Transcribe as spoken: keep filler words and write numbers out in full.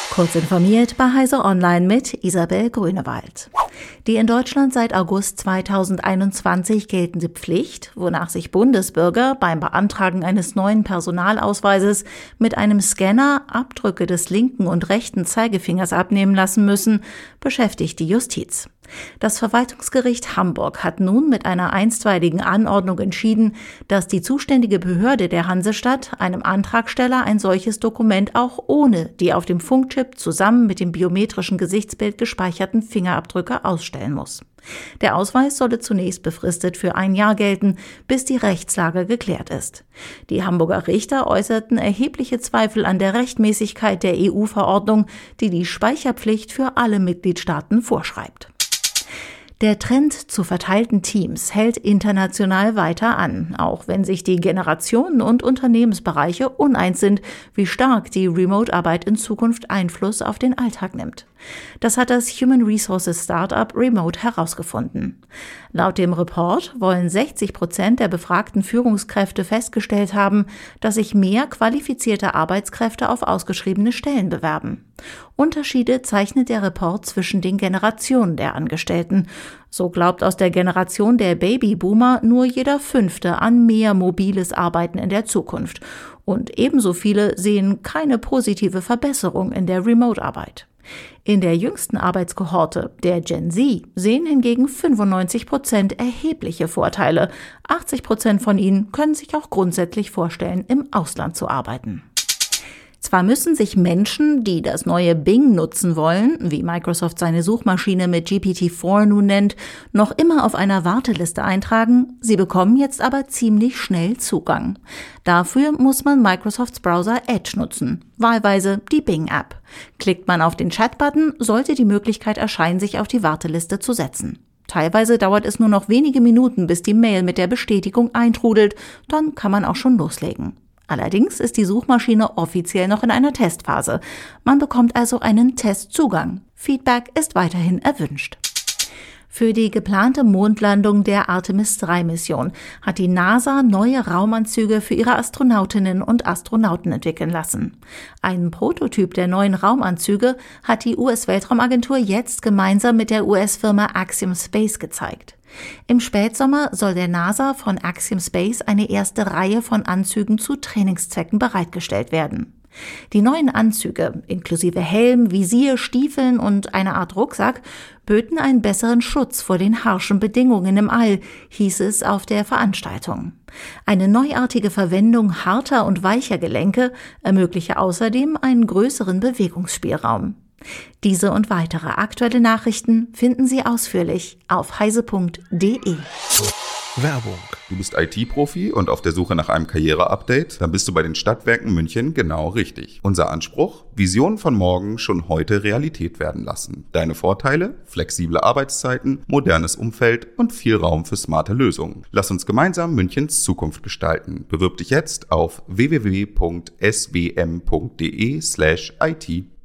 Kurz informiert bei Heise Online mit Isabel Grünewald. Die in Deutschland seit August zweitausendeinundzwanzig geltende Pflicht, wonach sich Bundesbürger beim Beantragen eines neuen Personalausweises mit einem Scanner Abdrücke des linken und rechten Zeigefingers abnehmen lassen müssen, beschäftigt die Justiz. Das Verwaltungsgericht Hamburg hat nun mit einer einstweiligen Anordnung entschieden, dass die zuständige Behörde der Hansestadt einem Antragsteller ein solches Dokument auch ohne die auf dem Funkchip zusammen mit dem biometrischen Gesichtsbild gespeicherten Fingerabdrücke ausstellen muss. Der Ausweis solle zunächst befristet für ein Jahr gelten, bis die Rechtslage geklärt ist. Die Hamburger Richter äußerten erhebliche Zweifel an der Rechtmäßigkeit der E U-Verordnung, die die Speicherpflicht für alle Mitgliedstaaten vorschreibt. Der Trend zu verteilten Teams hält international weiter an, auch wenn sich die Generationen und Unternehmensbereiche uneins sind, wie stark die Remote-Arbeit in Zukunft Einfluss auf den Alltag nimmt. Das hat das Human Resources Startup Remote herausgefunden. Laut dem Report wollen sechzig Prozent der befragten Führungskräfte festgestellt haben, dass sich mehr qualifizierte Arbeitskräfte auf ausgeschriebene Stellen bewerben. Unterschiede zeichnet der Report zwischen den Generationen der Angestellten. So glaubt aus der Generation der Babyboomer nur jeder Fünfte an mehr mobiles Arbeiten in der Zukunft. Und ebenso viele sehen keine positive Verbesserung in der Remote-Arbeit. In der jüngsten Arbeitskohorte, der Gen Z, sehen hingegen fünfundneunzig Prozent erhebliche Vorteile. achtzig Prozent von ihnen können sich auch grundsätzlich vorstellen, im Ausland zu arbeiten. Zwar müssen sich Menschen, die das neue Bing nutzen wollen, wie Microsoft seine Suchmaschine mit G P T vier nun nennt, noch immer auf einer Warteliste eintragen, sie bekommen jetzt aber ziemlich schnell Zugang. Dafür muss man Microsofts Browser Edge nutzen, wahlweise die Bing-App. Klickt man auf den Chat-Button, sollte die Möglichkeit erscheinen, sich auf die Warteliste zu setzen. Teilweise dauert es nur noch wenige Minuten, bis die Mail mit der Bestätigung eintrudelt, dann kann man auch schon loslegen. Allerdings ist die Suchmaschine offiziell noch in einer Testphase. Man bekommt also einen Testzugang. Feedback ist weiterhin erwünscht. Für die geplante Mondlandung der Artemis drei Mission hat die NASA neue Raumanzüge für ihre Astronautinnen und Astronauten entwickeln lassen. Einen Prototyp der neuen Raumanzüge hat die U S-Weltraumagentur jetzt gemeinsam mit der U S-Firma Axiom Space gezeigt. Im Spätsommer soll der NASA von Axiom Space eine erste Reihe von Anzügen zu Trainingszwecken bereitgestellt werden. Die neuen Anzüge, inklusive Helm, Visier, Stiefeln und einer Art Rucksack, böten einen besseren Schutz vor den harschen Bedingungen im All, hieß es auf der Veranstaltung. Eine neuartige Verwendung harter und weicher Gelenke ermögliche außerdem einen größeren Bewegungsspielraum. Diese und weitere aktuelle Nachrichten finden Sie ausführlich auf heise punkt de. Werbung. Du bist I T-Profi und auf der Suche nach einem Karriere-Update? Dann bist du bei den Stadtwerken München genau richtig. Unser Anspruch? Visionen von morgen schon heute Realität werden lassen. Deine Vorteile? Flexible Arbeitszeiten, modernes Umfeld und viel Raum für smarte Lösungen. Lass uns gemeinsam Münchens Zukunft gestalten. Bewirb dich jetzt auf w w w punkt s w m punkt de slash I T.